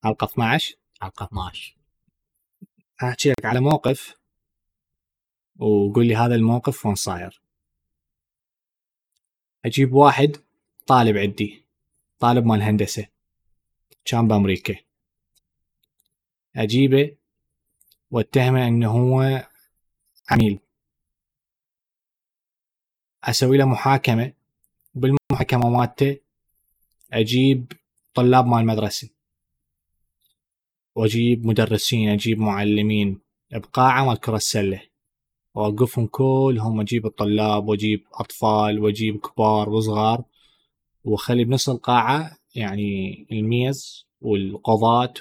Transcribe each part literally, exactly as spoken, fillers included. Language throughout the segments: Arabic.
حلقة اثنا عشر. حلقة اثنا عشر. أحكي لك على موقف وقول لي هذا الموقف وين صاير. أجيب واحد طالب عندي، طالب مال هندسة كان بأمريكا، أجيبه واتهمه أنه هو عميل، أسوي له محاكمة. بالمحاكمة مالته أجيب طلاب مال مدرسة وأجيب مدرسين، أجيب معلمين بقاعة مال كرة السلة، وأوقفهم كلهم، أجيب الطلاب وأجيب أطفال وأجيب كبار وصغار، وخلي بنص القاعة يعني الميز والقضاة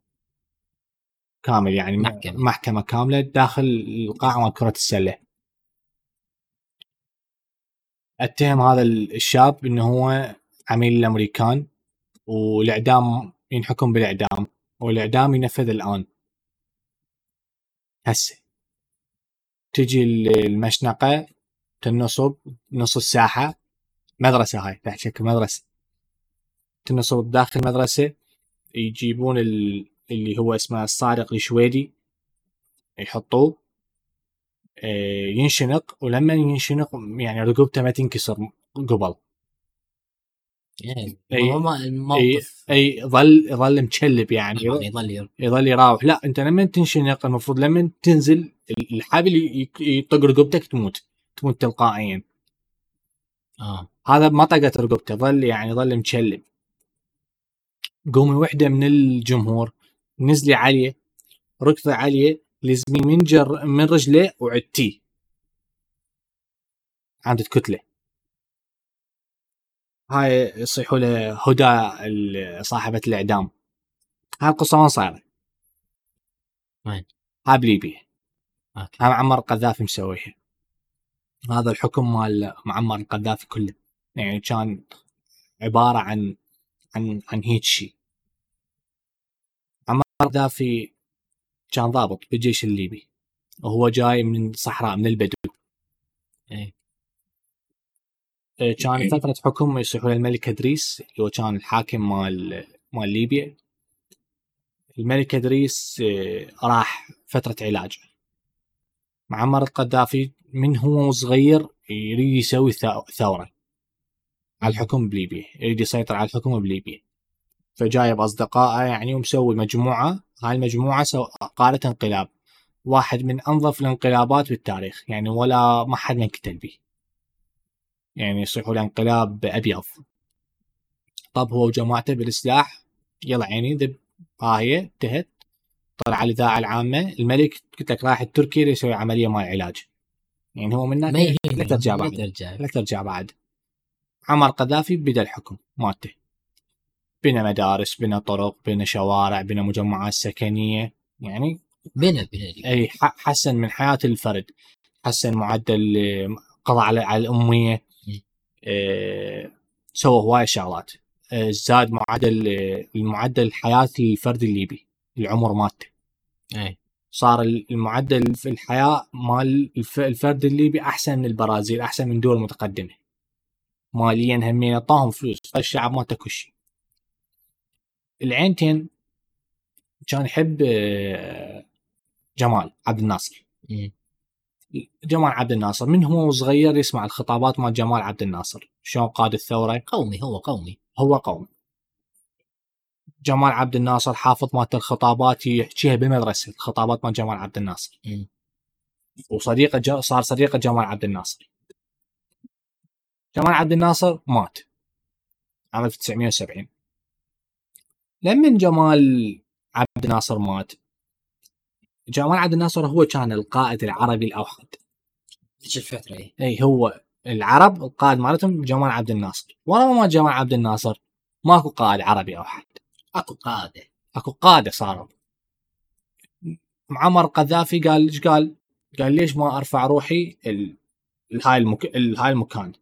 كامل، يعني محكمة. محكمة كاملة داخل القاعة مال كرة السلة. اتهم هذا الشاب انه هو عميل الامريكان، والاعدام ينحكم بالاعدام، والاعدام ينفذ الان. هسه تجي المشنقة تنصب نص الساحة، مدرسة هاي تحكي مدرسة، تنصب داخل مدرسة، يجيبون اللي هو اسمه السارق الشويدي يحطوه ينشنق، ولما ينشنق يعني رقبته ما تنكسر قبل، يعني اي الموقف اي يظل يظل مكلب، يعني يظل يظل يراوح. لا انت لما تنشنق المفروض لما تنزل الحبل يطق رقبتك تموت تموت تلقائيا. اه هذا ما طقت رقبته، ظل يعني ظل مكلب. قومي وحده من الجمهور نزلي عليه، ركضي عليه لزمي من جر من رجله وعدتيه عندك كتله. هاي يصيحوا له هدى صاحبة الإعدام. هاي القصة وين صايرة؟ وين؟ هاي بليبيا. هاي معمر القذافي مسويها. هذا الحكم مال معمر القذافي كله يعني كان عبارة عن عن عن هيك شيء. معمر القذافي كان ضابط بالجيش الليبي، وهو جاي من الصحراء من البدو. ايه كان فترة حكم يصيحوا له الملك إدريس، اللي هو كان الحاكم مال مال ليبيا. الملك إدريس راح فترة علاج. معمر القذافي من هو صغير يريد يسوي ثورة على الحكم بليبيا، يريد يسيطر على الحكم بليبيا، فجايب أصدقائه يعني ومسوي مجموعة. هاي المجموعة قادت انقلاب، واحد من أنظف الانقلابات بالتاريخ، يعني ولا ما حد ينقتل به، يعني يصيحوا الانقلاب أبيض. طب هو وجماعته بالسلاح، يلا عيني ذب، ها هي انتهت. طلع على الإذاعة العامة الملك قلت لك راح تركيا يسوي عملية مال علاج، يعني هو من هناك لا ترجع بعد، لا ترجع بعد. عمر القذافي بدا الحكم مالته، بنى مدارس، بنى طرق، بنى شوارع، بنى مجمعات سكنية، يعني بنى بنى اي حسن من حياة الفرد، حسن معدل، قضى على على الأمية، أه سوى هواي شغلات. أه زاد معدل المعدل الحياة الفرد الليبي، العمر مالته. اي صار المعدل في الحياة مال الفرد الليبي أحسن من البرازيل، أحسن من دول متقدمة ماليا، همين أعطاهم فلوس، فالشعب ما تاكل شيء. العينتين كان يحب جمال عبد الناصر. جمال عبد الناصر من هو صغير يسمع الخطابات مال جمال عبد الناصر، شلون قاد الثورة. قومي، هو قومي هو قومي. جمال عبد الناصر حافظ مالت الخطابات يحكيها بالمدرسة، الخطابات مال جمال عبد الناصر. م. وصديقه ج... صار صديقه جمال عبد الناصر. جمال عبد الناصر مات عام ألف وتسعمية وسبعين. لمن جمال عبد الناصر مات، جمال عبد الناصر هو كان القائد العربي الأوحد. ايش الفترة ايه؟ اي هو العرب القائد مالتهم جمال عبد الناصر. ورا ما جمال عبد الناصر ماكو قائد عربي أوحد، اكو قادة، اكو قادة صاروا. معمر القذافي قال ايش قال؟ قال ليش ما ارفع روحي ال... هاي المك... ال... هاي المكان.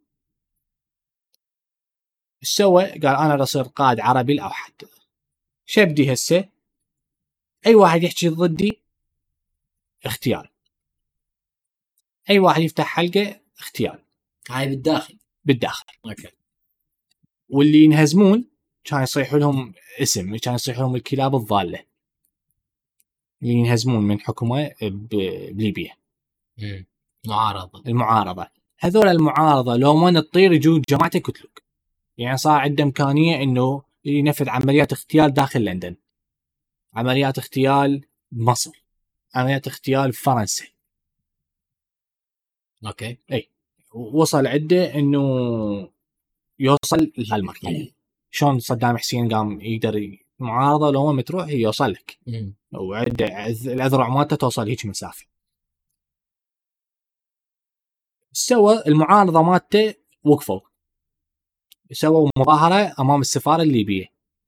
ايش سوى؟ قال انا بصير قائد عربي الأوحد. شبدي هسه اي واحد يحكي ضدي اغتيال، اي واحد يفتح حلقه اغتيال. هاي بالداخل بالداخل. اوكي. واللي ينهزمون كان يصيح لهم اسم، كان يصيح لهم الكلاب الضالة اللي ينهزمون من حكومة بليبيا. مم. معارضة. المعارضة هذول المعارضة لو ما تطير يجون جماعة يقتلوك. يعني صار عنده إمكانية إنه ينفذ عمليات اغتيال داخل لندن، عمليات اغتيال بمصر، عمليات اغتيال بفرنسا. اوكي. اي وصل عده انه يوصل لهالمرحله. شلون صدام حسين قام يقدر المعارضه لو ما تروح هي يوصل لك، مم. وعده الاذرع مالته توصل هيك مسافه. سوى المعارضه مالته وقفوا سووا مظاهره امام السفاره الليبيه.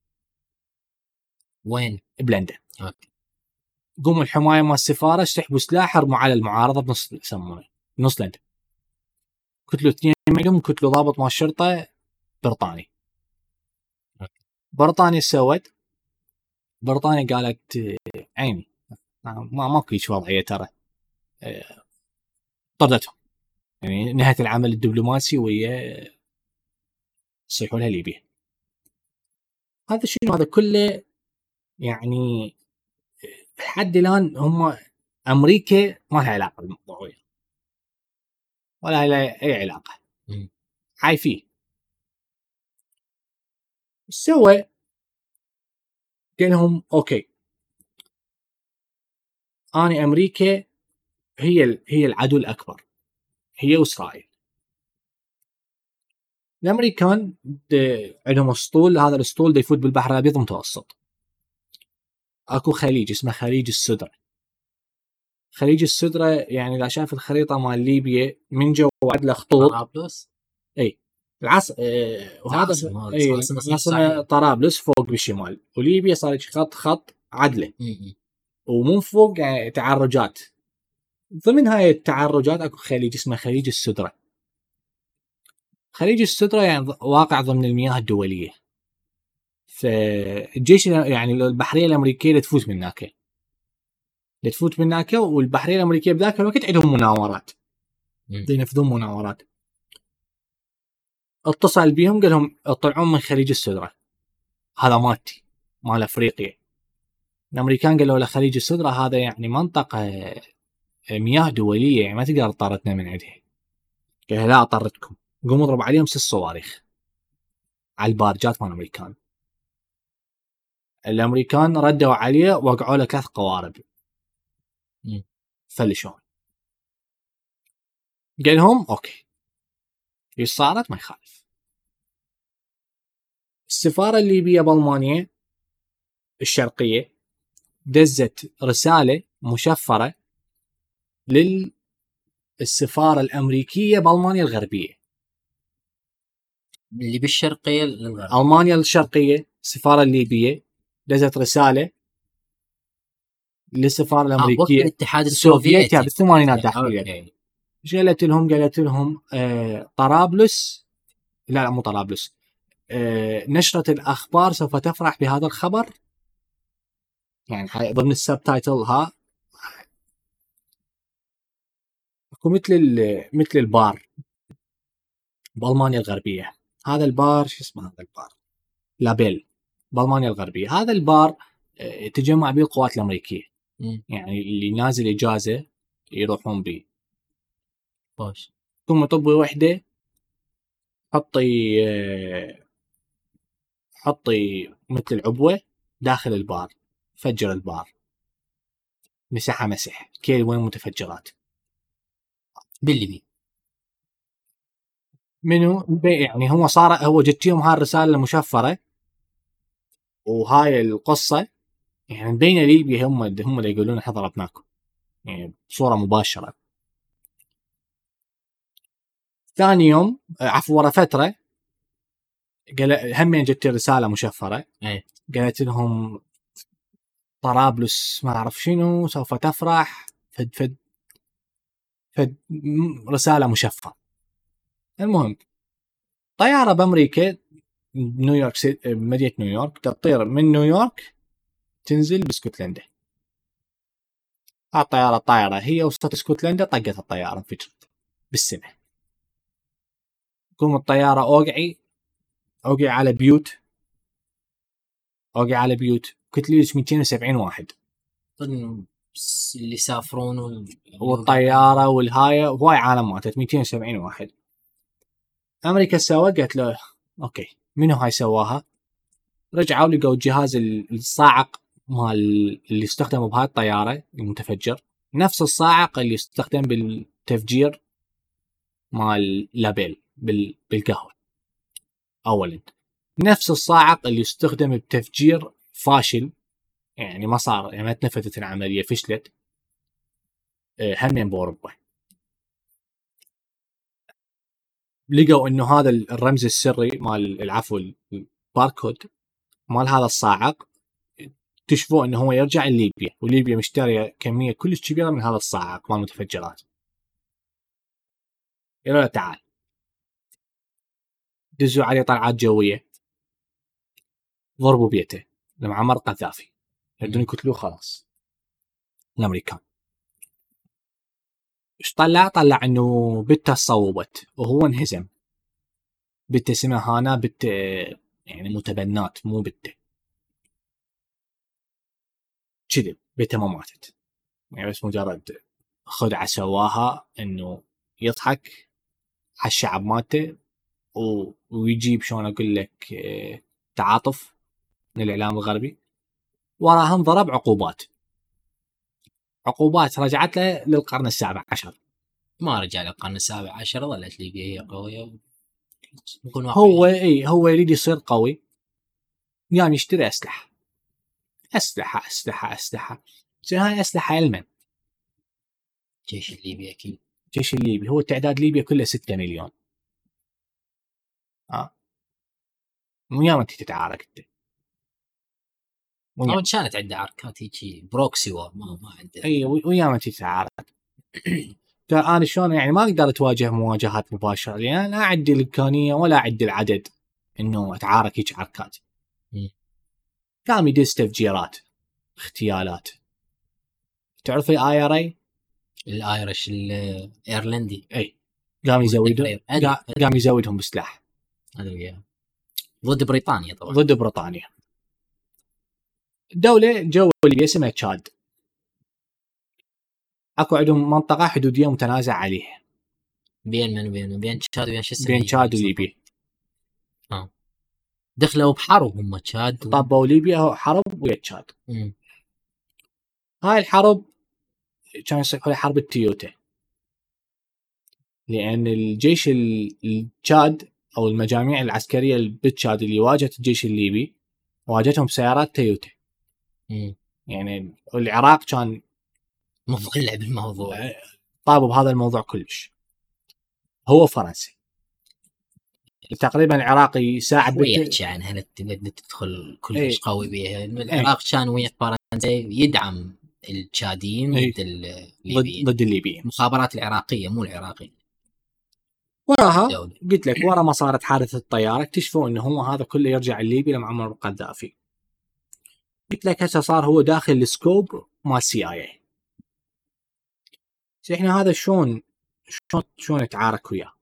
وين؟ بلندن. اوكي. قوموا الحمايه مال السفاره سحبوا سلاح حرموا على المعارضه بنص يسمونه نص لندن. قتلوا اثنين منهم، قتلوا ضابط مال الشرطه بريطاني. بريطانيا سوت بريطانيا قالت عيني ما ماكو هيك وضعيه ترى، طردتهم. يعني نهايه العمل الدبلوماسي ويا يصيحوا لها ليبيا. هذا شنو هذا كله؟ يعني لحد الان هم امريكا ما لها علاقه بالموضوع ولا لها اي علاقه. عايفين ايش سوى؟ قال لهم اوكي اني امريكا هي هي العدو الاكبر، هي واسرائيل. الامريكان عندهم اسطول، هذا الاسطول يفوت بالبحر الابيض المتوسط. اكو خليج اسمه خليج السدرة. خليج السدرة يعني اذا شاف الخريطه مال ليبيا من جو عدله خطوط. طرابلس. اي العاص اه وهذا اي العاصمه طرابلس فوق بالشمال، وليبيا صار خط خط عدله. م-م. ومن فوق يعني تعرجات. ضمن هاي التعرجات اكو خليج اسمه خليج السدرة. خليج السدرة يعني واقع ضمن المياه الدوليه. فالجيش يعني البحريه الامريكيه اللي تفوت من هناك اللي تفوت من هناك والبحريه الامريكيه بذاك الوقت عندهم مناورات، ينفذون مناورات. اتصل بيهم قال لهم اطلعون من خليج السدرة، هذا مالتي مال افريقيا. الامريكان قالوا له خليج السدرة هذا يعني منطقه مياه دوليه، يعني ما تقدر تطردنا من عندها. قال لا اطردكم. قوموا اضرب عليهم ست صواريخ على البارجات مال الامريكان. الامريكان ردوا عليه وقعوا له ثلاث قوارب فلشون. قال لهم اوكي ايش صارت ما يخالف. السفاره الليبيه بالمانيا الشرقيه دزت رساله مشفره للسفاره الامريكيه بالمانيا الغربيه. اللي بالشرقيه للغرب. المانيا الشرقيه السفاره الليبيه دزت رساله للسفاره الامريكيه. آه الاتحاد السوفيتي بالثمانينات داخليا. ايش قالت لهم؟ قالت لهم آه طرابلس لا لا مو طرابلس آه نشرة الأخبار سوف تفرح بهذا الخبر. يعني ضمن السبتايتل ها مثل مثل البار بألمانيا الغربية. هذا البار شو اسمه هذا البار؟ لابيل بألمانيا الغربية. هذا البار آه تجمع به القوات الأمريكية. م. يعني اللي نازل إجازة يروحون به. خوش. ثم طبي وحدة حطي آه حطي مثل العبوة داخل البار، فجر البار، مسحها مسح كيل وين متفجرات بالليبي. منو يعني هو صار هو جتيهم هاي الرسالة المشفرة وهاي القصة. يعني بين ليبيا هم هم اللي يقولون احنا ضربناكم يعني بصورة مباشرة. ثاني يوم عفوا ورا فترة قال همين جتي رسالة مشفرة. ايه. قالت لهم طرابلس ما اعرف شنو سوف تفرح فد فد فد رسالة مشفرة. المهم طيارة بأمريكا نيويورك سيتي مدينة نيويورك تطير من نيويورك تنزل باسكتلندا. الطيارة طايرة هي وسط اسكتلندا طقت الطيارة انفجرت بالسماء. قوم الطيارة اوقعي اوقع على بيوت اوقع على بيوت، قتلوا ليش مئتين وسبعين واحد، اللي يسافرون وال... والطياره والهايه هواي عالم ماتت مئتين وسبعين واحد. امريكا سوى قالت له اوكي منو هاي سواها؟ رجعوا لقوا الجهاز الصاعق مال اللي استخدموا بهاي الطياره المتفجر، نفس الصاعق اللي استخدم بالتفجير مال لابيل بالقهوه. اولا نفس الصاعق اللي استخدم بتفجير فاشل، يعني ما صار، يعني ما تنفذت العمليه، فشلت همين باوروبا. لقوا انه هذا الرمز السري مال العفو الباركود مال هذا الصاعق، اكتشفوا انه هو يرجع لليبيا، وليبيا مشتريه كميه كلش كبيره من هذا الصاعق مال المتفجرات. يقولوا له تعال، دزوا عليه طلعات جويه، ضربوا بيته لمعمر القذافي، يردون يقتلوه خلاص الامريكان. ايش طلع؟ طلع انه بته صوبت وهو انهزم. بته اسمها هانا، بت يعني متبنات مو بته، كذب. بته ما ماتت، يعني بس مجرد خدعة سواها انه يضحك على الشعب مالته و... ويجيب شلون اقول لك اه... تعاطف من الاعلام الغربي. وراهم ضرب عقوبات، عقوبات رجعت له للقرن السابع عشر. ما رجع للقرن السابع عشر، ظلت ليبيا هي قوية. هو اي هو يريد يصير قوي، قام يشتري اسلحه اسلحه اسلحه اسلحه زين. هاي اسلحه لمن؟ جيش الليبي اكيد. جيش الليبي. هو تعداد ليبيا كله ستة مليون. اه مو يوم انت تتعارك انت، او كانت عنده عركات هيجي بروكسي وور، ما ما عنده. اي وياما انت تتعارك. انا شلون يعني ما اقدر اتواجه مواجهات مباشره، لان يعني لا اعدي الامكانيه ولا اعدي العدد انه اتعارك هيك عركات. قام يدز تفجيرات، اغتيالات. تعرف الاي ار اي؟ الايرش الايرلندي. اي قام يزودهم، قام يزودهم بسلاح. هذا ضد بريطانيا طبعا. ضد بريطانيا. دولة جو اللي اسمها تشاد، اكو عندهم منطقة حدودية متنازع عليها. بين من بين بين تشاد وبين شو اسمه؟ بين تشاد وليبيا. اه دخلوا بحرب هم تشاد. طبوا ليبيا حرب ويا تشاد. هاي الحرب كان يصيحوا لها حرب التويوتا، لأن الجيش التشاد أو المجاميع العسكرية بالتشاد اللي واجهت الجيش الليبي واجهتهم بسيارات تويوتا. يعني العراق كان مولع بالموضوع، طابوا بهذا الموضوع كلش. هو فرنسي تقريبا العراقي يساعد بت... يحكي عنها بدك تدخل كلش ايه. قوي بيها. العراق ايه. كان ويا فرنسا يدعم التشاديين ايه. ضد الليبيين، ضد الليبيين، المخابرات العراقيه مو العراقي. وراها الدولة. قلت لك ورا ما صارت حادثة الطيارة اكتشفوا انه هو هذا كله يرجع الليبي لمعمر القذافي. قلت لك هسه صار هو داخل السكوب مال سي اي اي. احنا هذا شلون شلون شلون نتعارك وياه؟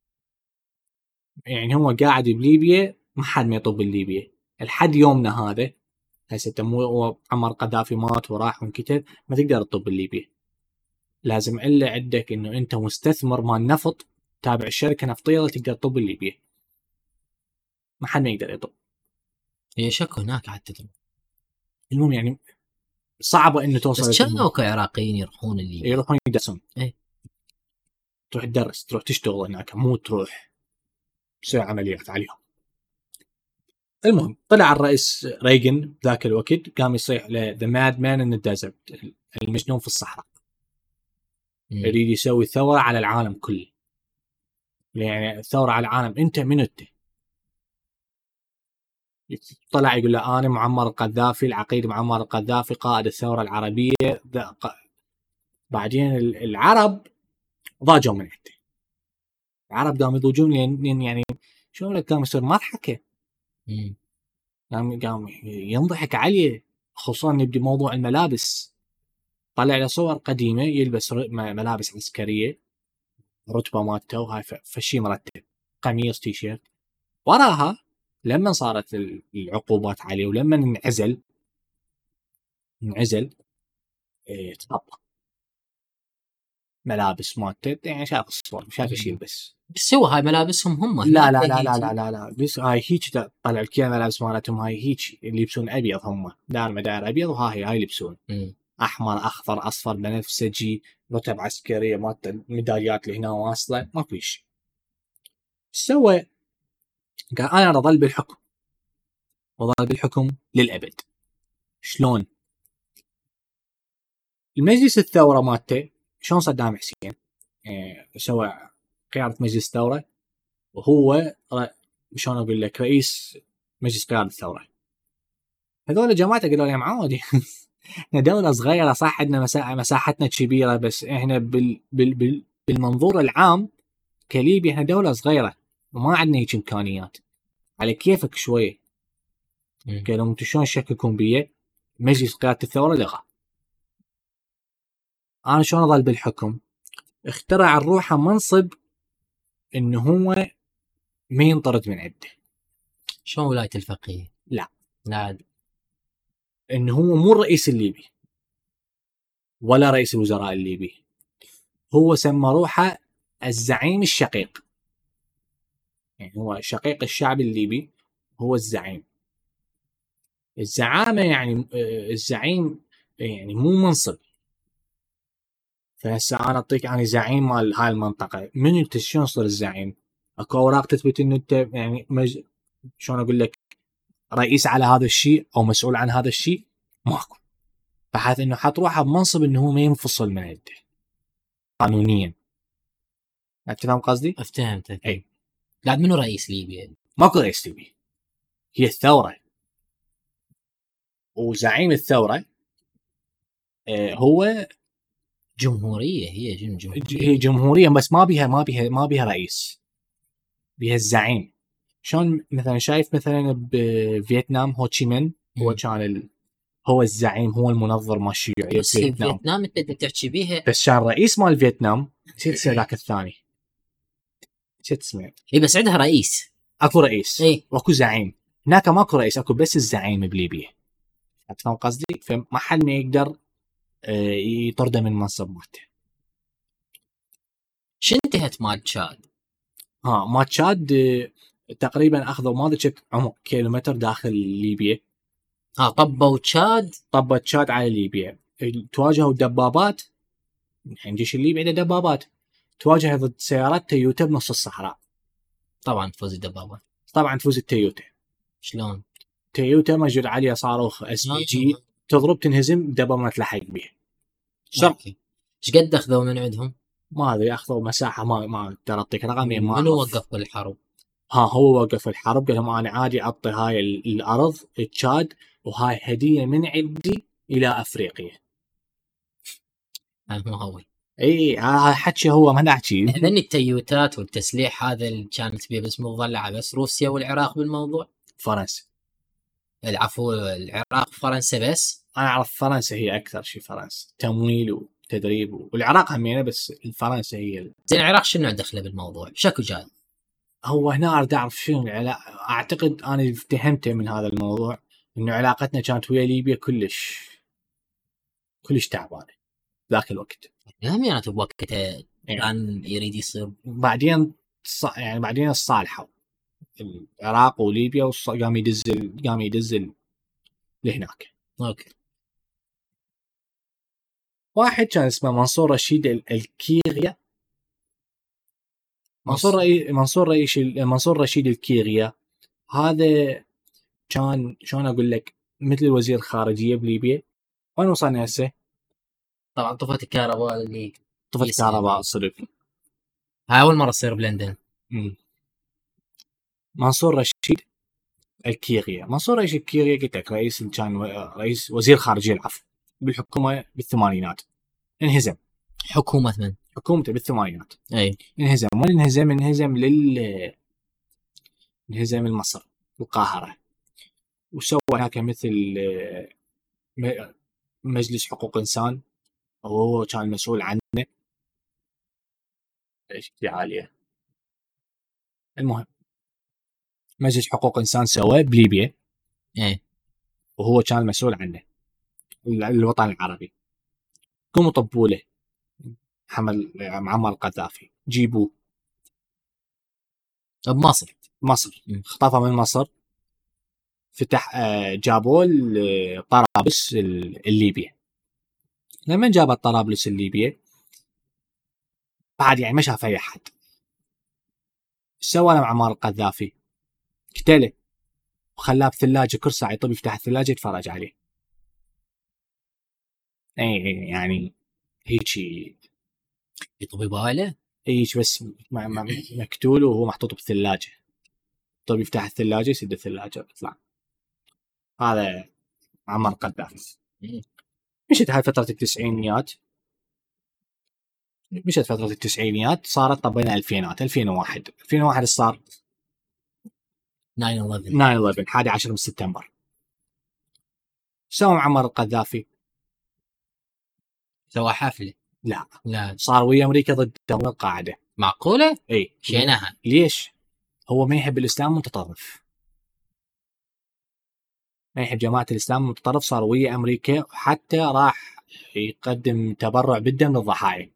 يعني هو قاعد بليبيا، ما حد ما يطب الليبيا لحد يومنا هذا. هسه مو هو عمر قذافي مات وراح وانكتب، ما تقدر تطب الليبيا. لازم الا عندك انه انت مستثمر مال نفط تابع الشركه نفطيه تقدر تطب الليبيا. ما حد ما يقدر يطب. هي شكو هناك حتى تطب. المهم يعني صعبه انه توصل. بس كانوا عراقيين يروحون الليبيا، يروحون يدرسون. ايه تروح تدرس، تروح تشتغل هناك، مو تروح تسوي عمليات عليهم. المهم طلع الرئيس ريغن ذاك الوقت قام يصيح ل The Madman in the Desert، المجنون في الصحراء. يريد يسوي ثورة على العالم كله. يعني ثورة على العالم، انت من انت؟ طلع يقول له انا معمر القذافي، العقيد معمر القذافي قائد الثورة العربية. بعدين العرب ضاجوا من عنده. العرب قاموا يضوجون لان يعني شو لك قام يصير مضحكه. قام قام ينضحك عليه، خصوصا يبدي موضوع الملابس. طلع له صور قديمه يلبس ملابس عسكريه، رتبه مالته وهاي فشي مرتب، قميص تيشيرت. وراها لما صارت العقوبات عليه ولما انعزل انعزل إيه تخطى ملابس مالته، يعني شاف الصور شاف يشيل بس بس هو هاي ملابسهم هم. لا لا لا لا لا لا لا بس هاي هيك طلع كذا ملابس مالتهم، هاي هيك اللي يلبسون ابيض، هم دار مدار ابيض وهاي هاي يلبسون احمر اخضر اصفر بنفسجي رتب عسكريه مالته الميداليات اللي هنا واصله ما في شيء. سوى قال انا اظل بالحكم وظل بالحكم للابد. شلون؟ المجلس الثوره مالته شلون صدام حسين إيه سوى قياده مجلس ثوره وهو شلون اقول لك رئيس مجلس قياده الثوره. هذول جماعته قالوا يا معودي احنا دوله صغيره صح عندنا مساحه مساحتنا كبيره بس احنا بال... بال... بال... بالمنظور العام كليبيا احنا دوله صغيره وما عندنا هيك امكانيات على كيفك شويه. قالوا انتم شلون تشككون بي؟ مجلس قياده الثوره لغى. انا شلون اظل بالحكم؟ اخترع الروحه منصب انه هو ما ينطرد من عنده. شلون ولايه الفقيه؟ لا لا انه هو مو الرئيس الليبي ولا رئيس الوزراء الليبي، هو سمى روحه الزعيم الشقيق، يعني هو شقيق الشعب الليبي، هو الزعيم. الزعامة يعني الزعيم يعني مو منصب. فهسه انا اعطيك انا زعيم مال هاي المنطقة، من انت شلون تصير الزعيم؟ اكو اوراق تثبت انه انت يعني مج... شلون اقول لك رئيس على هذا الشيء او مسؤول عن هذا الشيء؟ ماكو. فحيث انه حط روحه بمنصب انه هو ما ينفصل من عنده قانونيا. تفهم قصدي؟ افتهمتك. اي لا منو رئيس ليبيا؟ ماكو رئيس ليبي، هي الثورة وزعيم الثورة آه هو جمهوريه. هي جمهوريه هي جمهورية بس ما بيها ما بيها ما بيها رئيس، بيها الزعيم. شلون مثلا شايف مثلا بفيتنام هوتشي من هو كان ال... هو الزعيم هو المنظر مال الشيوعية بس بفيتنام. فيتنام انت تحكي بيها بس كان رئيس مال فيتنام نسيت اسمه ذاك الثاني نسيت اسمه. اي بس عندها رئيس. اكو رئيس اي واكو زعيم. هناك ماكو رئيس اكو بس الزعيم بليبيا. تفهم قصدي؟ فما حد ما يقدر يطرده من منصب مالته. شو انتهت مال تشاد؟ ها ما تشاد تقريبا اخذوا ما ادري عمق كيلومتر داخل ليبيا. ها طبوا تشاد. طبت تشاد على ليبيا، تواجهوا دبابات، يعني الجيش الليبي عنده دبابات، تواجه ضد سيارات تويوتا بنص الصحراء. طبعا تفوز الدبابات. طبعا تفوز التويوتا. شلون؟ تويوتا موجود عليها صاروخ اس بي جي تضرب تنهزم دبابة ما تلحق بيها. ايش قد اخذوا من عندهم؟ ما ادري اخذوا مساحه ما ما اقدر اعطيك رقمين. ما منو وقف الحرب؟ ها هو وقف الحرب، قال لهم انا عادي اعطي هاي الارض تشاد وهاي هديه من عندي الى افريقيا. هذا مو هو. اي هذا حكي هو ما نحكي. هذني التيوتات والتسليح هذا اللي كانت بيه بس مضلعه بس روسيا والعراق بالموضوع. فرنسا. العفو العراق فرنسا بس. انا اعرف فرنسا هي اكثر شيء، فرنسا تمويل وتدريب، والعراق همينه بس فرنسا هي ال... زين العراق شنو دخله بالموضوع؟ شكو جاي. هو هنا اريد اعرف شنو العلاقه. اعتقد انا افتهمته من هذا الموضوع انه علاقتنا كانت ويا ليبيا كلش كلش تعبانه ذاك الوقت. همينات بوقته كان يريد يصير. بعدين يعني بعدين الصالحوا العراق وليبيا وقام يدز قام يدز لهناك. اوكي. واحد كان اسمه منصور رشيد الكيريا. منصور رئي... منصور رئيس منصور رشيد الكيريا هذا كان شلون اقول لك مثل الوزير الخارجيه بليبيا. وين وصلنا هسه؟ طبعا طفت الكهرباء اللي طفت الكهرباء صرف. هاي اول مره تصير بلندن. امم منصور رشيد الكيريا. منصور رشيد الكيريا قلت لك رئيس كان رئيس وزير خارجيه العفو بالحكومه بالثمانينات. انهزم. حكومه من؟ حكومته بالثمانينات. اي انهزم. وين انهزم؟ انهزم لل انهزم لمصر القاهره. وسوى هناك مثل مجلس حقوق انسان وهو كان مسؤول عنه. ايش عاليه. المهم مجلس حقوق إنسان سواه بليبيا، إيه وهو كان مسؤول عنه الوطن العربي. قوموا طبوا له حمل معمر القذافي، جيبوه بمصر. مصر، م. خطفه من مصر، فتح آه، جابوه طرابلس الليبيا. لما جاب طرابلس الليبيا بعد يعني ما شاف أي أحد، سوى له معمر القذافي؟ قتله وخلاه بثلاجة، كل ساعة يطب يفتح الثلاجة يتفرج عليه. اي يعني هيجي يطوي باله، هيج بس مقتول وهو محطوط بالثلاجة، طب يفتح الثلاجة يسد الثلاجة يطلع. هذا معمر القذافي. مشت هاي فترة التسعينيات، مشت فترة التسعينيات، صارت طبينا الفينات، ألفين وواحد ألفين وواحد صار ناين إليفن ناين إليفن حادي عشر من سبتمبر. سوى معمر القذافي؟ سوى حفلة؟ لا لا. صار ويا أمريكا ضد القاعدة. معقولة؟ اي شينها. ليش؟ هو ما يحب الإسلام متطرف، ما يحب جماعة الإسلام المتطرف، صار ويا أمريكا، وحتى راح يقدم تبرع بالدم للضحايا.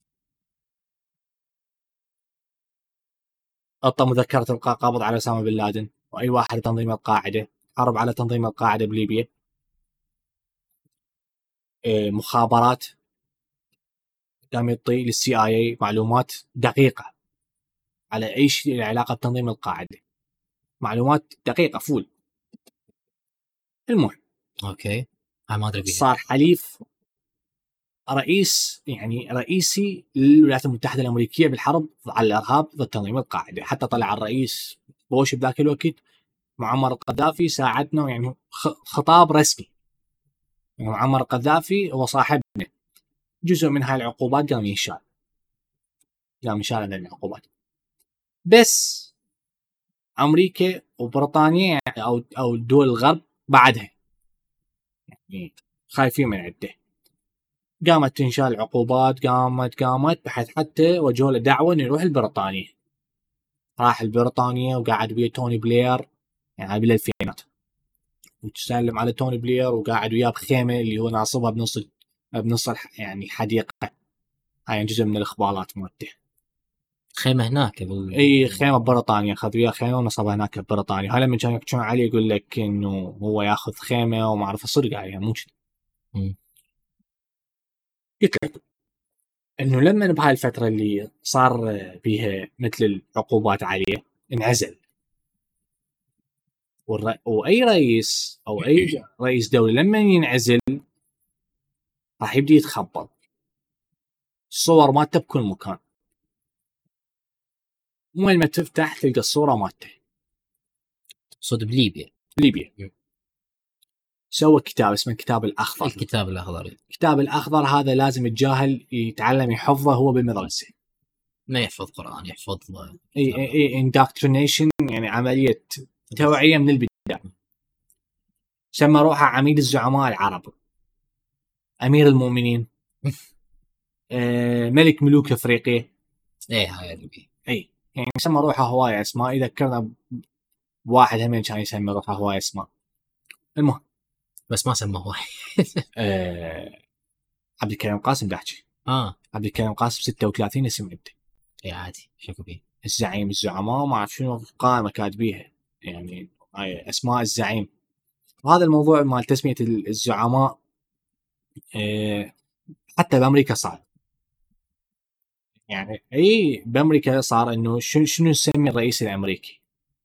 أعطى مذكرة إلقاء قبض على أسامة بن لادن وأي واحد تنظيم القاعدة، حرب على تنظيم القاعدة بليبيا، مخابرات، قام يعطي للسي آي اي معلومات دقيقة على أي شيء له علاقة بتنظيم القاعدة، معلومات دقيقة فول. المهم اوكي هاي ما ادري بيها. صار حليف رئيس يعني رئيسي للولايات المتحدة الأمريكية بالحرب على الإرهاب ضد تنظيم القاعدة. حتى طلع الرئيس بوش بذاك الوقت معمر القذافي ساعدنا، يعني خطاب رسمي، يعني معمر القذافي هو صاحبنا، جزء من هاي العقوبات قام ينشال، قام ينشال هذه العقوبات. بس أمريكا وبريطانيا أو أو دول الغرب بعدها يعني خايفين من عده، قامت تنشال العقوبات، قامت قامت بحيث حتى وجهوا له دعوة إنه يروح لبريطانيا. راح لبريطانيا وقاعد ويا توني بلير يعني بالألفينات، وتسلم على توني بلير وقاعد وياه بخيمة اللي هو ناصبها بنص بنص يعني حديقة، هاي جزء من الإخبارات مالته. خيمة هناك بال... اي خيمه ببريطانيا، اخذ وياه خيمه ونصبها هناك ببريطانيا. هاي لما كانوا يحكون عليه يقول لك انه هو ياخذ خيمه وما اعرف الصدق عليها مو كذي. قلت لك انه لما بهاي الفتره اللي صار بيها مثل العقوبات عليه انعزل، والر... واي رئيس او اي رئيس دوله لما ينعزل راح يبدي يتخبط، الصور مالته بكل مكان، وين ما تفتح تلقى الصوره مالته. صد بليبيا ليبيا سوى كتاب اسمه الكتاب الأخضر. الكتاب الأخضر الكتاب الأخضر هذا لازم الجاهل يتعلم يحفظه هو بالمدرسة، ما يحفظ قرآن يحفظ اي اي اندكترينيشن، يعني عملية توعية من البداية. سمى روحه عميد الزعماء العرب، أمير المؤمنين، آه، ملك ملوك أفريقيا. ايه هاي اللي اي يعني سمى روحه هواية اسماء، يذكرنا بواحد همين كان يسمي روحه هواية اسماء. المهم بس ما سمى واحد. آه، عبد الكريم قاسم بحكي اه عبد الكريم قاسم ستة وثلاثين اسم عنده، اي عادي شكو بيه الزعيم الزعماء ما اعرف شنو قائمة كاتبيها، يعني هاي اسماء الزعيم. وهذا الموضوع مال تسمية الزعماء آه، حتى بأمريكا صار، يعني اي بأمريكا صار انه شنو شنو نسمي الرئيس الامريكي،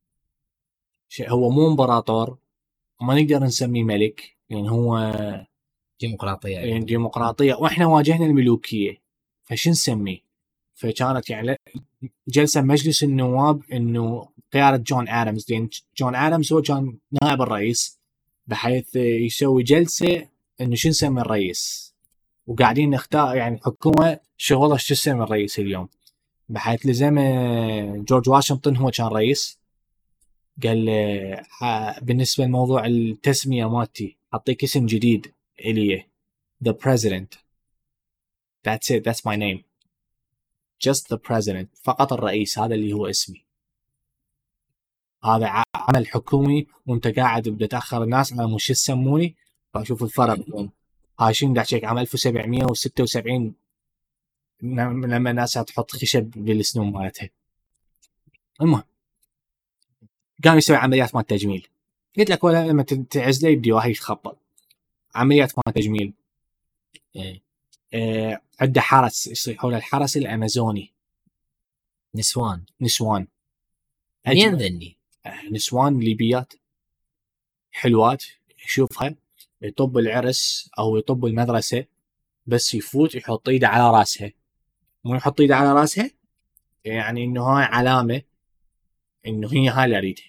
هو مو امبراطور وما نقدر نسميه ملك، يعني هو ديمقراطية يعني ديمقراطية، واحنا واجهنا الملوكية فشو نسميه. فكانت يعني جلسة مجلس النواب انه قيادة جون ادمز، لان جون ادمز هو كان نائب الرئيس، بحيث يسوي جلسة انه شو نسمي الرئيس، وقاعدين نختار يعني حكومة شغلها شو اسم الرئيس اليوم، بحيث لزم جورج واشنطن هو كان رئيس، قال بالنسبة لموضوع التسمية مالتي أعطيك اسم جديد إلي the president, that's it, that's my name, just the president، فقط الرئيس، هذا اللي هو اسمي. هذا عمل حكومي وانت قاعد بدأ تاخر الناس على مش يسموني. فاشوف الفرق بين هاشين داشيك عام ألف وسبعمية وستة وسبعين لما الناس تحط خشب بالسنون مالتها. المهم قام يسوي عمليات مال تجميل. قلت لك ولا لما تعز لي يبدي واحد يتخبط عمليات مال تجميل. إيه. آه عنده حرس يصيحون الحرس الامازوني. نسوان نسوان مين ذني؟ آه نسوان ليبيات حلوات يشوفها يطب العرس او يطب المدرسه بس يفوت يحط ايده على راسها. مو يحط ايده على راسها يعني انه هاي علامه انه هي هاي اللي اريدها.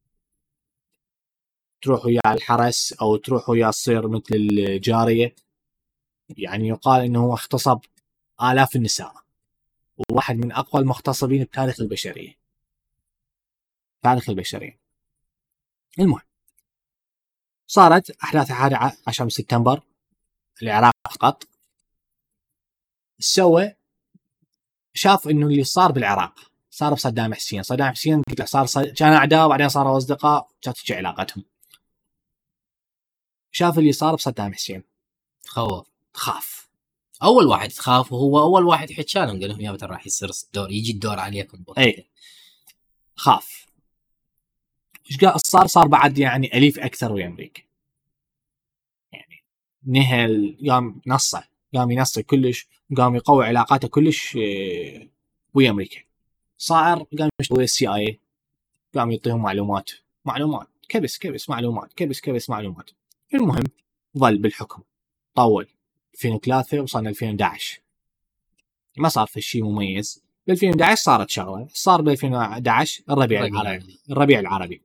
تروح ويا الحرس او تروح ويا تصير مثل الجاريه. يعني يقال انه هو اغتصب آلاف النساء وواحد من اقوى المغتصبين بتاريخ البشريه. تاريخ البشريه. المهم صارت احداث الحادي عشر من سبتمبر. العراق قط سوى شاف انه اللي صار بالعراق صار بصدام حسين. صدام حسين قلت لك صار, صار كانوا اعداء وبعدين صاروا اصدقاء كانت تجي علاقتهم. شاف اللي صار بصدام حسين خوف خاف. اول واحد تخاف وهو اول واحد حكى لهم قال لهم يا ترى راح يصير الدور يجي الدور عليكم. اي خاف. ايش قال صار صار بعد يعني اليف اكثر ويا امريكا. يعني نهل قام نصه قام ينصه كلش قام يقوي علاقاته كلش ويا امريكا. صار قام يشتغل ويا السي اي قام يعطيهم معلومات معلومات كبس كبس معلومات كبس كبس معلومات. المهم ظل بالحكم طول ألفين وثلاثة وصلنا ألفين وأحد عشر ما صار في شيء مميز. ب ألفين وأحد عشر صارت شغله صار ب ألفين وأحد عشر الربيع العربي. الربيع العربي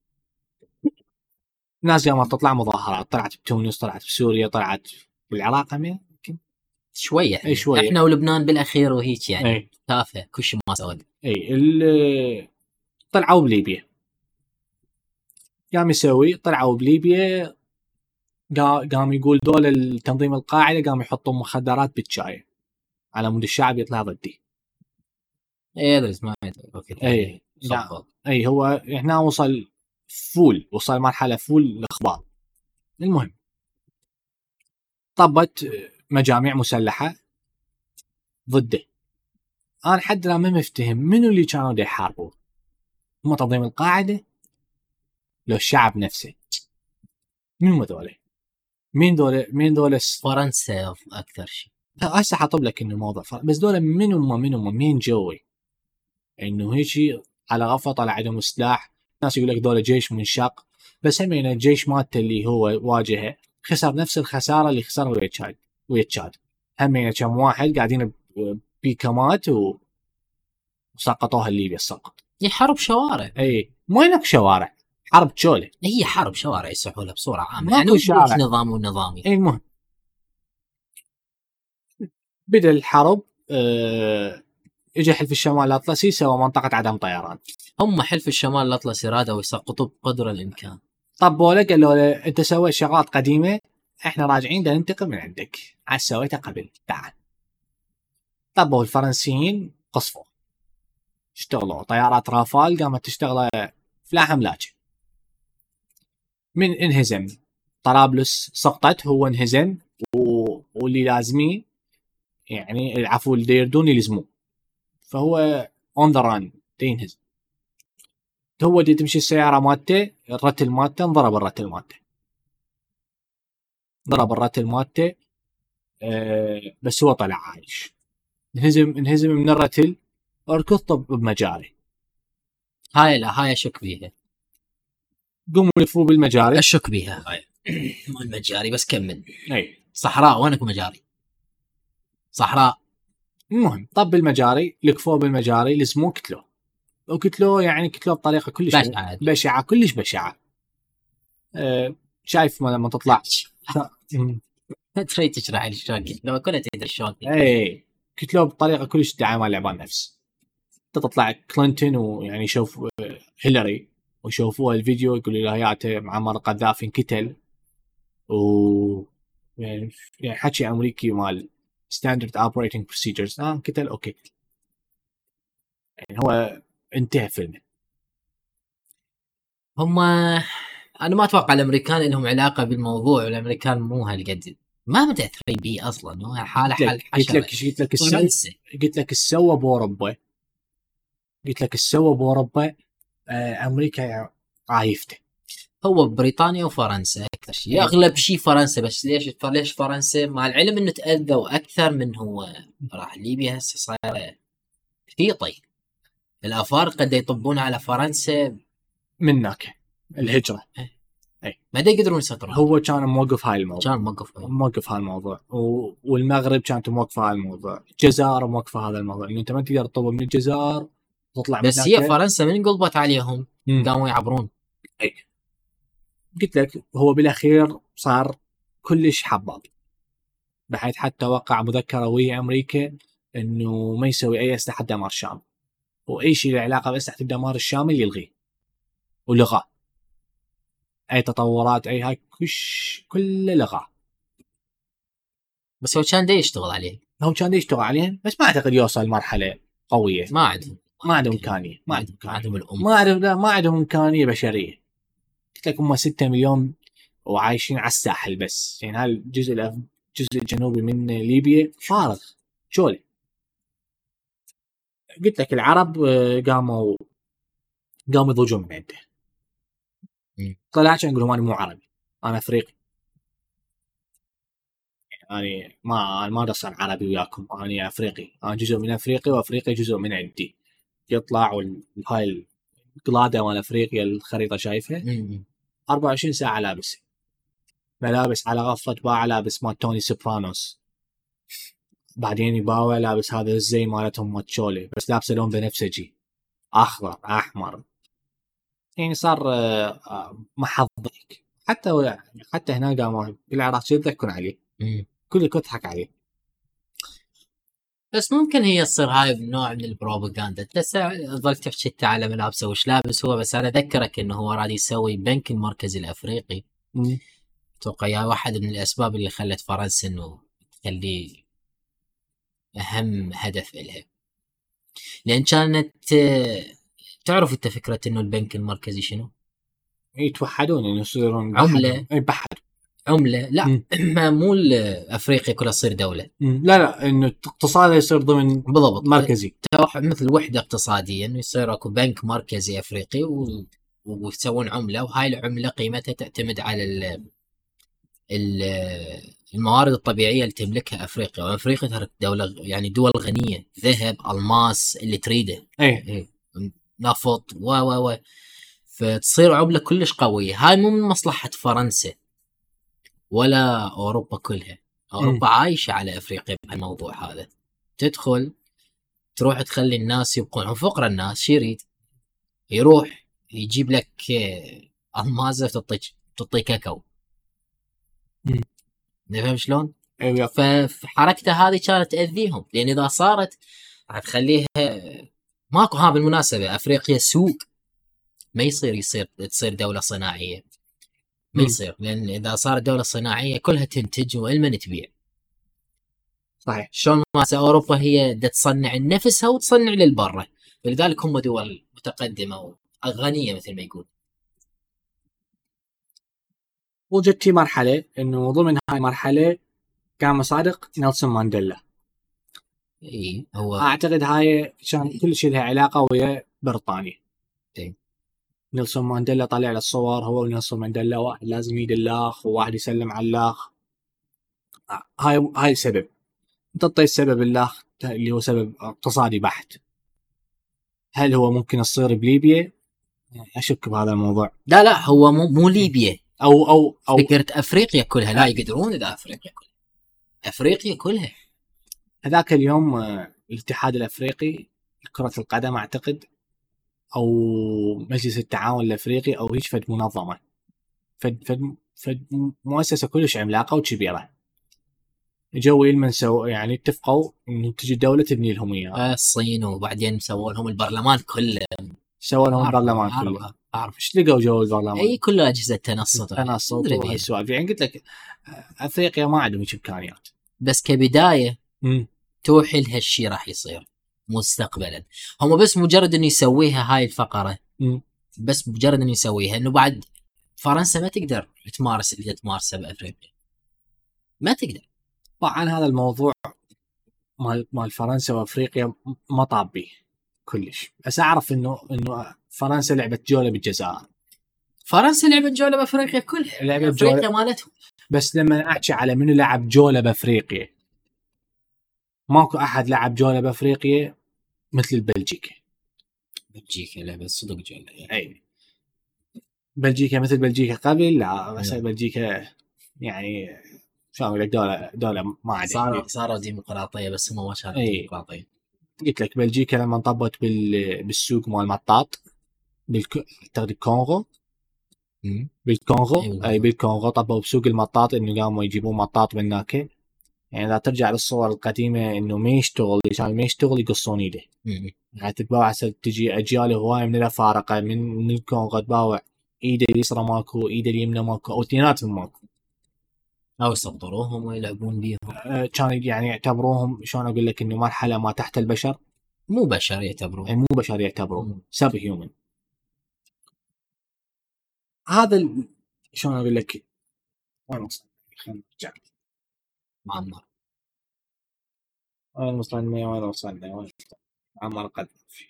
ناس قامت تطلع مظاهرات. طلعت بتونس طلعت بسوريا طلعت بالعراق يمكن شويه اي شويه احنا ولبنان بالاخير وهيك يعني تافه كل شيء ما سوى. اي طلعوا بليبيا قام يسوي طلعوا بليبيا قام يقول دول التنظيم القاعده قام يحطوا مخدرات بالشاي على مود الشعب يطلع ضدي. ايه بس ما اي اي هو هنا وصل فول وصل مرحله فول الاخبار. المهم طبت مجاميع مسلحه ضده. انا حد الان ما مفتهم منو اللي كانوا دا يحاربوا. هم تنظيم القاعده لو الشعب نفسه. مين ذولا؟ مين ذولا؟ مين ذولا؟ فرنسا اكثر شيء. هسه حطب لك انه موضوع فرنسا بس ذولا من هم من هم مين جوي انه هيجي على غفله طلع عندهم سلاح. ناس يقول لك ذولا جيش منشق بس هم يعني الجيش مالته اللي هو واجهه خسر نفس الخساره اللي خسرها ويا تشاد ويا تشاد. هم يعني كم واحد قاعدين بيكامات و... وسقطوها الليبيا السقط. هي حرب شوارع. اي مو هناك شوارع حرب تشوله. هي حرب شوارع يسحولها بصوره عامه يعني مش نظام ونظامي. اي المهم بدأ الحرب. أه... اجى حلف الشمال الاطلسي سوى منطقه عدم طيران. هم حلف الشمال الاطلسي رادوا يسقطوا بقدر الامكان. طبوا له قالوا له انت سويت شغلات قديمه احنا راجعين بدنا ننتقم من عندك عاد سويتها قبل تعال. طبوا الفرنسيين قصفوا اشتغلوا طيارات رافال قامت تشتغل فلاح املاج. من انهزم طرابلس سقطت هو انهزم و... واللي لازمين يعني العفو اللي يردون يلزموه فهو اون ذا ران ينهزم. هو دي تمشي السياره مالته الرتل مالته انضرب الرتل مالته ضرب الرتل مالته أه بس هو طلع عايش. انهزم انهزم من الرتل اركض طب بمجاري. هاي لا هاي اشك بيها. قوموا لفوا بالمجاري. اشك بيها هاي مو المجاري بس كمل. اي صحراء وينك مجاري صحراء. المهم طب بالمجاري لكفوه بالمجاري لزموه كتلوه وكتلوه يعني كتلوه بطريقه كلش بشعة بشعه كلش بشعه. أه شايف لما تطلع تريد تشرح لي شلون كتلوه كلها تدري شلون. اي كتلوه بطريقه كلش دعايه مال لعبان نفس. تطلع كلينتون ويعني يشوف هيلاري ويشوفوها الفيديو يقولوا له ياته معمر القذافي انقتل و يعني حكي امريكي مال ستاندرد اوبريتنج بروسيجرز اه انقتل اوكي يعني هو انتهى فيلمه. هم انا ما اتوقع الامريكان لهم علاقه بالموضوع، والامريكان مو هالقد ما متاثرين به اصلا، هو حاله حال قلت حشره. لك قلت لك السو... فرنسا قلت لك السوى باوروبا قلت لك السوى باوروبا آه، امريكا عايفته. هو بريطانيا وفرنسا اكثر شيء، إيه. اغلب شيء فرنسا. بس ليش ليش فرنسا؟ مع العلم انه تاذوا اكثر من هو راح ليبيا هسه صايره في طي. الافارقه دا يطبون على فرنسا منك الهجره. إيه. ما دا يقدرون يسيطرون. هو كان موقف هاي الموضوع، كان موقف موقف هاي الموضوع و... والمغرب كانت موقفه هاي الموضوع، الجزائر موقفه هذا الموضوع، انه انت ما تقدر تطب من الجزائر وتطلع من بس هناك. هي فرنسا من انقلبت عليهم مم. قاموا يعبرون. أي. قلت لك هو بالاخير صار كلش حباب، بحيث حتى وقع مذكره ويا امريكا انه ما يسوي اي اسلحه دمار شامل، واي شيء له علاقه باسلحه الدمار الشامل يلغيه ولغاه. اي تطورات اي هاي كش كله لغاه. بس هو كان دا يشتغل عليه. هو كان يشتغل عليهم بس ما اعتقد يوصل مرحله قويه. ما عندهم ما عندهم امكانيه ما عندهم ما عندهم الام. ما عندهم لا ما عندهم امكانيه بشريه. قلت لك هم ستة مليون وعايشين على الساحل بس، يعني هاي الجزء الجزء الجنوبي من ليبيا فارغ شولي. قلت لك العرب قاموا قاموا يضجون من عنده. طلع كان يقولوا انا مو عربي انا افريقي، يعني ما ما اصير عربي وياكم، انا افريقي، انا جزء من افريقيا وافريقيا جزء من عندي. يطلع وهاي القلاده مال افريقيا الخريطه شايفها أربعة وعشرين ساعه لابس ملابس على غفله باع لابس مال توني سوبرانوس، بعدين يباوع لابس هذا الزي مالتهم ماتشولي بس لابسه لون بنفسجي اخضر احمر، يعني صار محظك. حتى حتى هنا قاموا بالعراق يضحكون عليه، كل تضحك عليه. بس ممكن هي تصير هاي نوع من البروباغندا. انت ظل تحكي انت على ملابسه وش لابس هو، بس انا اذكرك انه هو راد يسوي بنك المركزي الافريقي. اتوقع يا واحد من الاسباب اللي خلت فرنسا انه تخليه اهم هدف لها، لان كانت تعرف انت فكره انه البنك المركزي شنو؟ يتوحدون يعني يصيرون عمله يبحث عمله لا مو افريقيا كلها تصير دوله. مم. لا لا انه اقتصاده يصير ضمن بالضبط مركزي، مثل وحده اقتصاديه، انه يصير اكو بنك مركزي افريقي و... ويسوون عمله، وهاي العمله قيمتها تعتمد على ال... ال... الموارد الطبيعيه اللي تملكها افريقيا. وافريقيا ترى دوله يعني دول غنيه، ذهب الماس اللي تريده ايه نفط و و و فتصير عمله كلش قويه. هاي مو من مصلحه فرنسا ولا اوروبا كلها. اوروبا م. عايشه على افريقيا بهالموضوع هذا. تدخل تروح تخلي الناس يبقون فقراء. الناس شي يريد يروح يجيب لك المازه تعطيك تعطي كاكاو. نفهم شلون؟ أيوة. فحركته هذه كانت تاذيهم، لان اذا صارت هتخليها ماكو. ها بالمناسبه افريقيا سوق، ما يصير يصير تصير دوله صناعيه، ما يصير، لان اذا صارت دوله صناعيه كلها تنتج والمن تبيع. صحيح. شلون ما اوروبا هي دا تصنع لنفسها وتصنع للبره، فلذلك هم دول متقدمه وغنيه مثل ما يقول. وجدت مرحله انه ضمن هاي المرحله كان مصادق نيلسون مانديلا. اي هو اعتقد هاي كان كل شيء لها علاقه ويا بريطانيا. اي نيلسون مانديلا طلع له الصور هو ونيلسون مانديلا، واحد لازم يد الاخ وواحد يسلم على الاخ. هاي هاي السبب. تعطي السبب الاخ اللي هو سبب اقتصادي بحت. هل هو ممكن يصير بليبيا؟ اشك بهذا الموضوع. لا لا هو مو مو ليبيا او او او فكره افريقيا كلها. لا يقدرون اذا افريقيا كلها افريقيا كلها. هذاك اليوم الاتحاد الافريقي لكرة القدم اعتقد، او مجلس التعاون الافريقي، او هيك فد منظمه، فد فد فد مؤسسه كلش عملاقه وكبيره، جو يلمن سو يعني اتفقوا انه تجي دوله تبني لهم اياها. الصين وبعدين سووا لهم البرلمان كله. سووا لهم البرلمان كله. اعرف ايش لقوا جو البرلمان؟ اي كله اجهزه تنصت تنصت وهالسوالف. يعني قلت لك افريقيا ما عندهم امكانيات. بس كبدايه م. توحي لهالشيء راح يصير مستقبلا. هم بس مجرد انه يسويها هاي الفقره م. بس مجرد انه يسويها، انه بعد فرنسا ما تقدر تمارس اللي تمارسه بافريقيا، ما تقدر. طبعا هذا الموضوع مال مال فرنسا وافريقيا ما طاب بيه كلش، بس اعرف انه انه فرنسا لعبت جوله بالجزائر. فرنسا لعبت جوله بافريقيا كلها، لعبت افريقيا جولة. مالتهم. بس لما احكي على منو لعب جوله بافريقيا، ماكو احد لعب جوله بافريقيا مثل بلجيكا. بلجيكا لعبت صدق جوله يعني. اي بلجيكا مثل بلجيكا قبل لا، بس مم. بلجيكا يعني شلون اقول لك، دوله دوله ما عاد صاروا صاروا ديمقراطيه بس هم ما شاركوا اي ديمقراطيه. قلت لك بلجيكا لما انطبت بال... بالسوق مال مطاط بالك... اعتقد الكونغو. مم. بالكونغو أيوة. اي بالكونغو طبوا بسوق المطاط، انه قاموا يجيبون مطاط من هناك. يعني اذا ترجع للصور القديمه انه ما يشتغل، عشان ما يشتغل يقصون ايده. مم. يعني تتباوع هسه تجي اجيال هوايه من الافارقه من من الكونغو، تباوع ايده اليسرى ماكو، ايده اليمنى ماكو، او اثنيناتهم ماكو. او يسطروهم ويلعبون بيهم. أه كان يعني يعتبروهم شلون اقول لك انه مرحله ما تحت البشر. مو بشر يعتبروهم. يعني مو بشر يعتبروه مم. سب هيومن. هذا ال... شلون اقول لك، وين وصلنا؟ خلينا نرجع. معمر. وين وصلنا وين وصلنا وين وصلنا عمر قد فيه.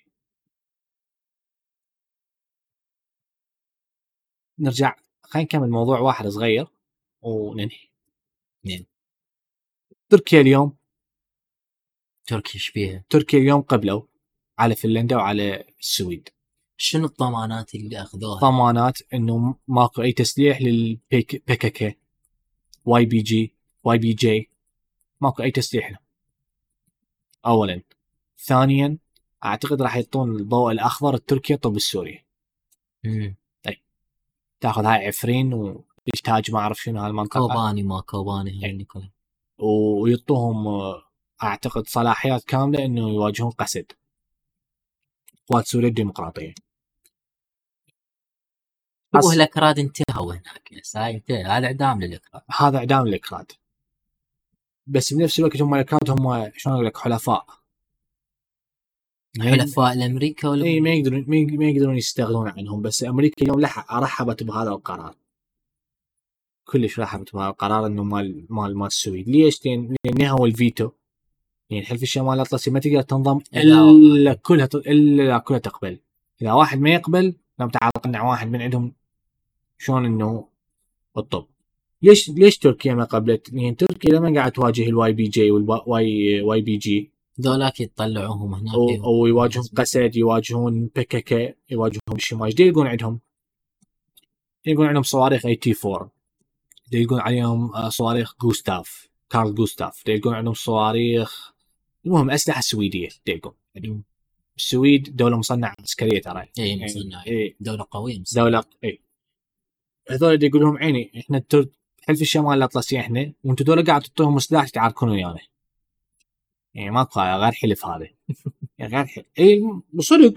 نرجع، خلينا نكمل موضوع واحد صغير وننهي. اثنين. تركيا اليوم تركيا ايش بيها؟ تركيا اليوم قبلوا على فنلندا وعلى السويد. شنو الضمانات اللي اخذوها؟ ضمانات انه ماكو اي تسليح للبي كي كي، واي بي جي، واي بي جي، ماكو اي تسليح له اولا. ثانيا اعتقد راح يعطون الضوء الاخضر لتركيا طب السوري. مم. تاخذ هاي عفرين ويحتاج ما اعرف شنو هالمنطقه، كوباني ما كوباني هذول كلهم. ويعطوهم اعتقد صلاحيات كامله انه يواجهون قسد قوات سوريا الديمقراطيه. هو الاكراد انتهوا هناك، هاي انتهى، هذا اعدام للاكراد. هذا اعدام الاكراد، بس بنفس الوقت هم الاكراد هم شلون اقول لك حلفاء. حلفاء لامريكا ولا اي ما يقدرون ما يقدرون يستغنون عنهم، بس امريكا اليوم لح رحبت بهذا القرار، كلش رحبت بهذا القرار انه مال مال مال السويد. ليش؟ لان لان هو الفيتو، يعني حلف الشمال الاطلسي ما تقدر تنضم الا كلها الا كلها تقبل. اذا واحد ما يقبل لم تعال قنع واحد من عندهم شلون انه الطب. ليش ليش تركيا ما قبلت؟ يعني تركيا لما قاعد تواجه الواي بي جي والواي واي بي جي ذولاك يطلعوهم هناك او, أو يواجهون قسد، يواجهون بي كي كي، يواجهون الشمال. ايش يلقون عندهم؟ يلقون عندهم صواريخ اي تي أربعة، يلقون عليهم صواريخ جوستاف كارل جوستاف، يلقون عندهم صواريخ، المهم اسلحه سويديه يلقون. السويد دوله مصنعه عسكريه ترى. اي مصنعه. إيه. دوله قويه مصنعة. دوله اي هذول يقول لهم عيني احنا الترك حلف الشمال الاطلسي احنا، وانتم دول قاعد تعطوهم سلاح تعاركون ويانا. يعني ماكو غير حلف هذا. يعني غير حلف. اي صدق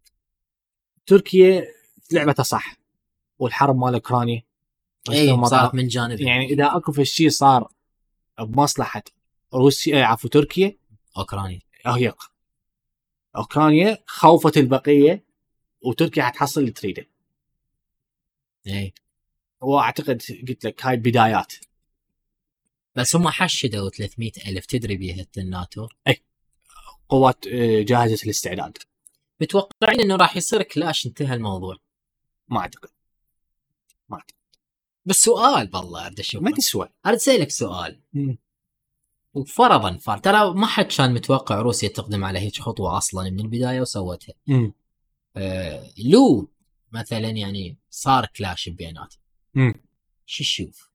تركيا لعبتها صح، والحرب مال اوكرانيا اي صارت من جانب. يعني اذا اكو في شيء صار بمصلحه روسيا عفوا تركيا اوكرانيا، هي اوكرانيا خوفت البقيه، وتركيا حتحصل اللي تريده. اي واعتقد قلت لك هاي بدايات. بس هم حشدوا ثلاثمية ألف تدري بيها الناتو. اي قوات جاهزه الاستعداد. متوقعين انه راح يصير كلاش، انتهى الموضوع؟ ما اعتقد ما اعتقد بس سؤال والله اريد اشوف، ما تسوى. اريد اسالك سؤال. مم. وفرضا فرض ترى ما حد كان متوقع روسيا تقدم على هيك خطوه اصلا من البدايه وسوتها. مم. آه لو مثلا يعني صار كلاش بيناتهم، شو تشوف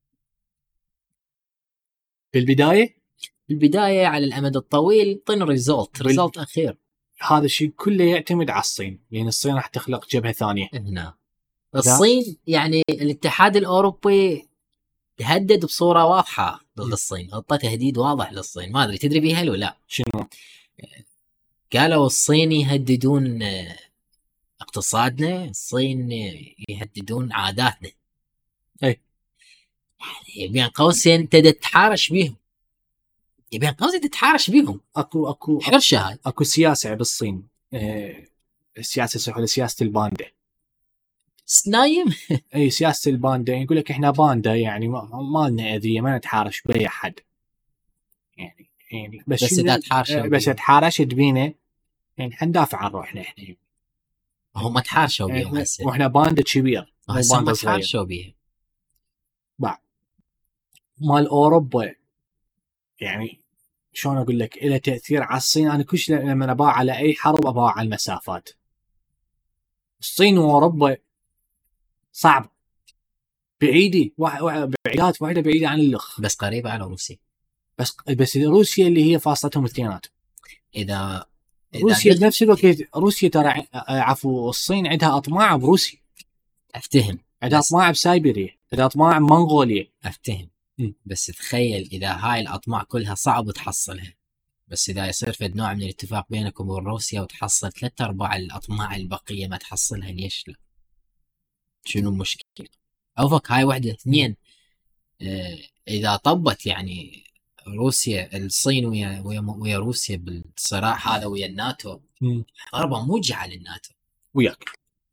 بالبدايه؟ بالبدايه على الامد الطويل طن ريزولت بال... ريزولت اخير. هذا الشيء كله يعتمد على الصين، لان يعني الصين راح تخلق جبهه ثانيه هنا. الصين يعني الاتحاد الاوروبي تهدد بصوره واضحه ضد الصين، حط تهديد واضح للصين، ما ادري تدري بيها ولا لا. شنو قالوا الصين يهددون اقتصادنا، الصين يهددون عاداتنا. اي يعني بين قوسين تد تتحارش بيهم، بين قوسين تتحارش بيهم. اكو اكو حرشه هاي. اكو سياسه بالصين، آه السياسه يسموها سياسه الباندا. نايم. اي سياسه الباندا، يقول لك احنا باندا يعني ما, ما لنا اذيه، ما نتحارش باي احد يعني يعني بس, بس اذا تحارشوا بس بيهم تحارشت بينا يعني حندافع عن روحنا احنا. هم تحارشوا بيهم هسه، واحنا باندا كبير مو هسه هم باندا صغير. تحارشوا بيهم. بعد مال اوروبا يعني شلون اقول لك له تاثير على الصين. انا كلش لما اباع على اي حرب اباع على المسافات. الصين واوروبا صعب بعيدي، بعيدات واحده بعيده عن الاخ، بس قريبه على روسيا. بس بس روسيا اللي هي فاصلتهم اثنينات. اذا روسيا بنفس الوقت روسيا ترى عفوا الصين عندها اطماع بروسيا، افتهم، عندها اطماع بسايبيريا، عندها اطماع بمنغوليا. افتهم م. بس تخيل اذا هاي الاطماع كلها صعب تحصلها، بس اذا يصير في نوع من الاتفاق بينكم وبين روسيا وتحصل ثلاثة ارباع الاطماع البقيه ما تحصلها، ليش لا؟ شنو المشكله؟ اوفك هاي وحده. اثنين، اه اذا طبت يعني روسيا الصين ويا ويا, ويا روسيا بالصراع هذا ويا الناتو، ضربه موجعه للناتو وياك.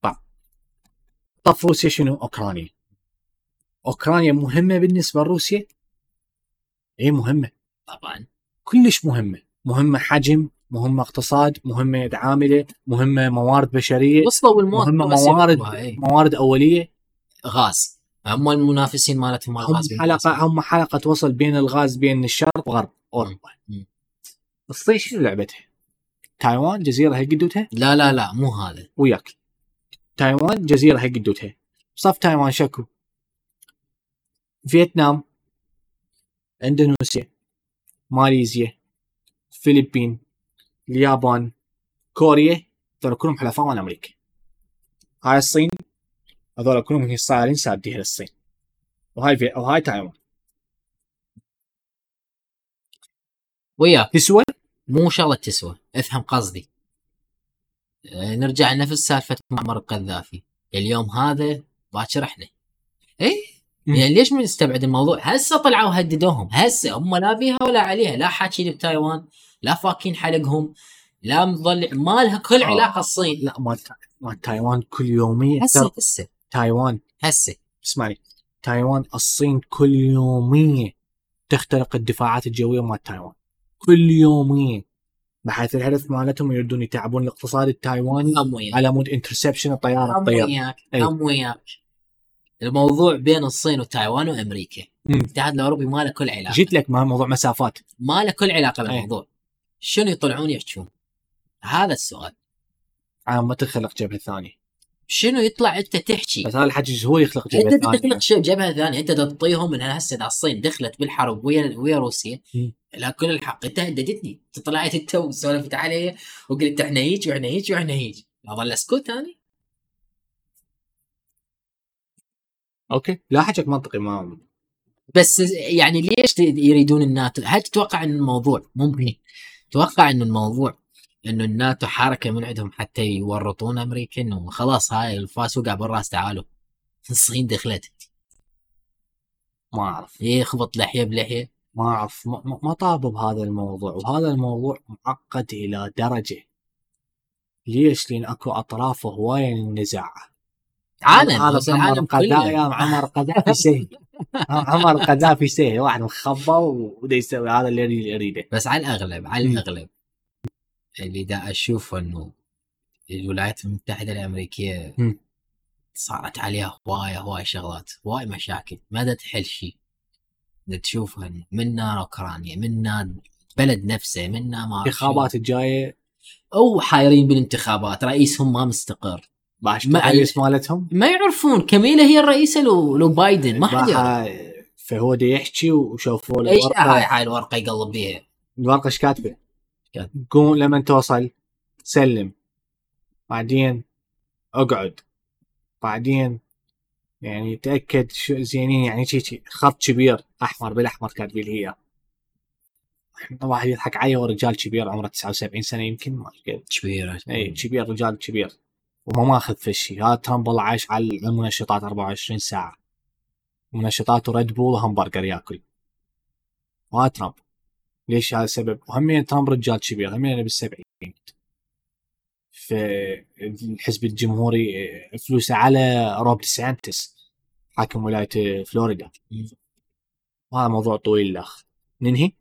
طف روسيا شنو؟ اوكرانيا. اوكرانيا مهمه بالنسبه لروسيا؟ اي مهمه طبعا، كلش مهمه، مهمه حجم، مهمه اقتصاد، مهمه يد عامله، مهمه موارد بشريه، وصلوا الموت، مهمه موارد ايه. موارد اوليه، غاز. هم المنافسين مالتهم هم الغاز حلقه هم حلقه وصل بين الغاز بين الشرق وغرب اوروبا. الصين شنو لعبتها؟ تايوان جزيره هي قدوتها؟ لا لا لا مو هذا وياك. تايوان جزيره هي قدوتها. صف تايوان شكو؟ فيتنام، اندونيسيا، ماليزيا، الفلبين، اليابان، كوريا، هذول كلهم حلفاء مال امريكا. هاي الصين هذول كلهم هي صايرين سادين للصين. وهاي في وهاي تايوان وياك تسوى؟ مو شغله تسوى، افهم قصدي. اه نرجع لنفس سالفه معمر القذافي. اليوم هذا باكر احنا ايه يعني ليش من نستبعد الموضوع؟ هسه طلعوا هددوهم، هسه هم لا بيها ولا عليها، لا حاكين بتايوان، لا فاكين حلقهم، لا مضلع مالها كل علاقه آه. الصين. لا ما ما تايوان كل يوميا هسه هسه تايوان هسه اسمعني، تايوان الصين كل يوميا تخترق الدفاعات الجويه مال تايوان كل يوميا، بحيث الهدف مالتهم يردون يتعبون الاقتصاد التايواني على مود انترسبشن الطياره الطيار. هم وياك هم وياك. الموضوع بين الصين وتايوان وامريكا، الاتحاد الاوروبي ما له كل علاقه. جيت لك ما موضوع مسافات، ما له كل علاقه بالموضوع. شنو يطلعون يحكون؟ هذا السؤال. عام ما تخلق جبهه ثانيه. شنو يطلع انت تحكي؟ بس هذا الحكي هو يخلق جبهه انت ثانيه. تخلق شيء جبهه ثانيه، انت تطيهم من هسه الصين دخلت بالحرب ويا ويا روسيا. لا كل الحق انت هددتني، طلعت انت وسولفت علي وقلت احنا هيك واحنا هيك واحنا هيك، اظل اسكت ثاني. اوكي لا حكيك منطقي ما بس يعني ليش يريدون الناتو؟ هل تتوقع ان الموضوع ممكن تتوقع ان الموضوع انه الناتو حركه من عندهم حتى يورطون امريكا انه خلاص هاي الفاس وقع بالراس تعالوا الصين دخلت؟ ما اعرف يخبط لحيه بلحيه. ما اعرف ما, ما طاب بهذا الموضوع، وهذا الموضوع معقد الى درجه. ليش؟ لان اكو اطراف هوايه للنزاع. عالم هذا العالم كله يا معمر القذافي سهل عمر القذافي سهل، واحد مخبى ودا يسوي هذا اللي يريده. بس على الاغلب على الاغلب اللي دا اشوف انه الولايات المتحده الامريكيه م. صارت عليها هوايه هوايه شغلات، هوايه مشاكل ما دا تحل شيء. دا تشوفها منا اوكرانيا، منا بلد نفسه، منا ما انتخابات الجايه او حايرين بالانتخابات، رئيسهم ما مستقر، باش الرئيس مالتهم ما يعرفون كميله هي الرئيسه لو لو بايدن ما حد يعرف. فهو دا يحكي وشوفوا له ايش هاي هاي الورقه يقلب بيها. الورقه ايش كاتبه؟ قوم لما توصل سلم، بعدين اقعد، بعدين يعني تاكد شو زينين يعني شيء خط كبير احمر بالاحمر كاتبين لي اياه. واحد يضحك عليه ورجال كبير عمره تسعة وسبعين سنه يمكن ما كبير كبير اي كبير رجال كبير وما ماخذ في الشيء. هذا ترامب والله عايش على المنشطات أربعة وعشرين ساعه، منشطات وريد بول وهمبرجر ياكل. وهذا ترامب ليش؟ هذا السبب. وهمين ترامب رجال كبير همين بالسبعين، يصرف الحزب الجمهوري فلوسه على روب ديسانتس حاكم ولاية فلوريدا. وهذا موضوع طويل الأخ، ننهي؟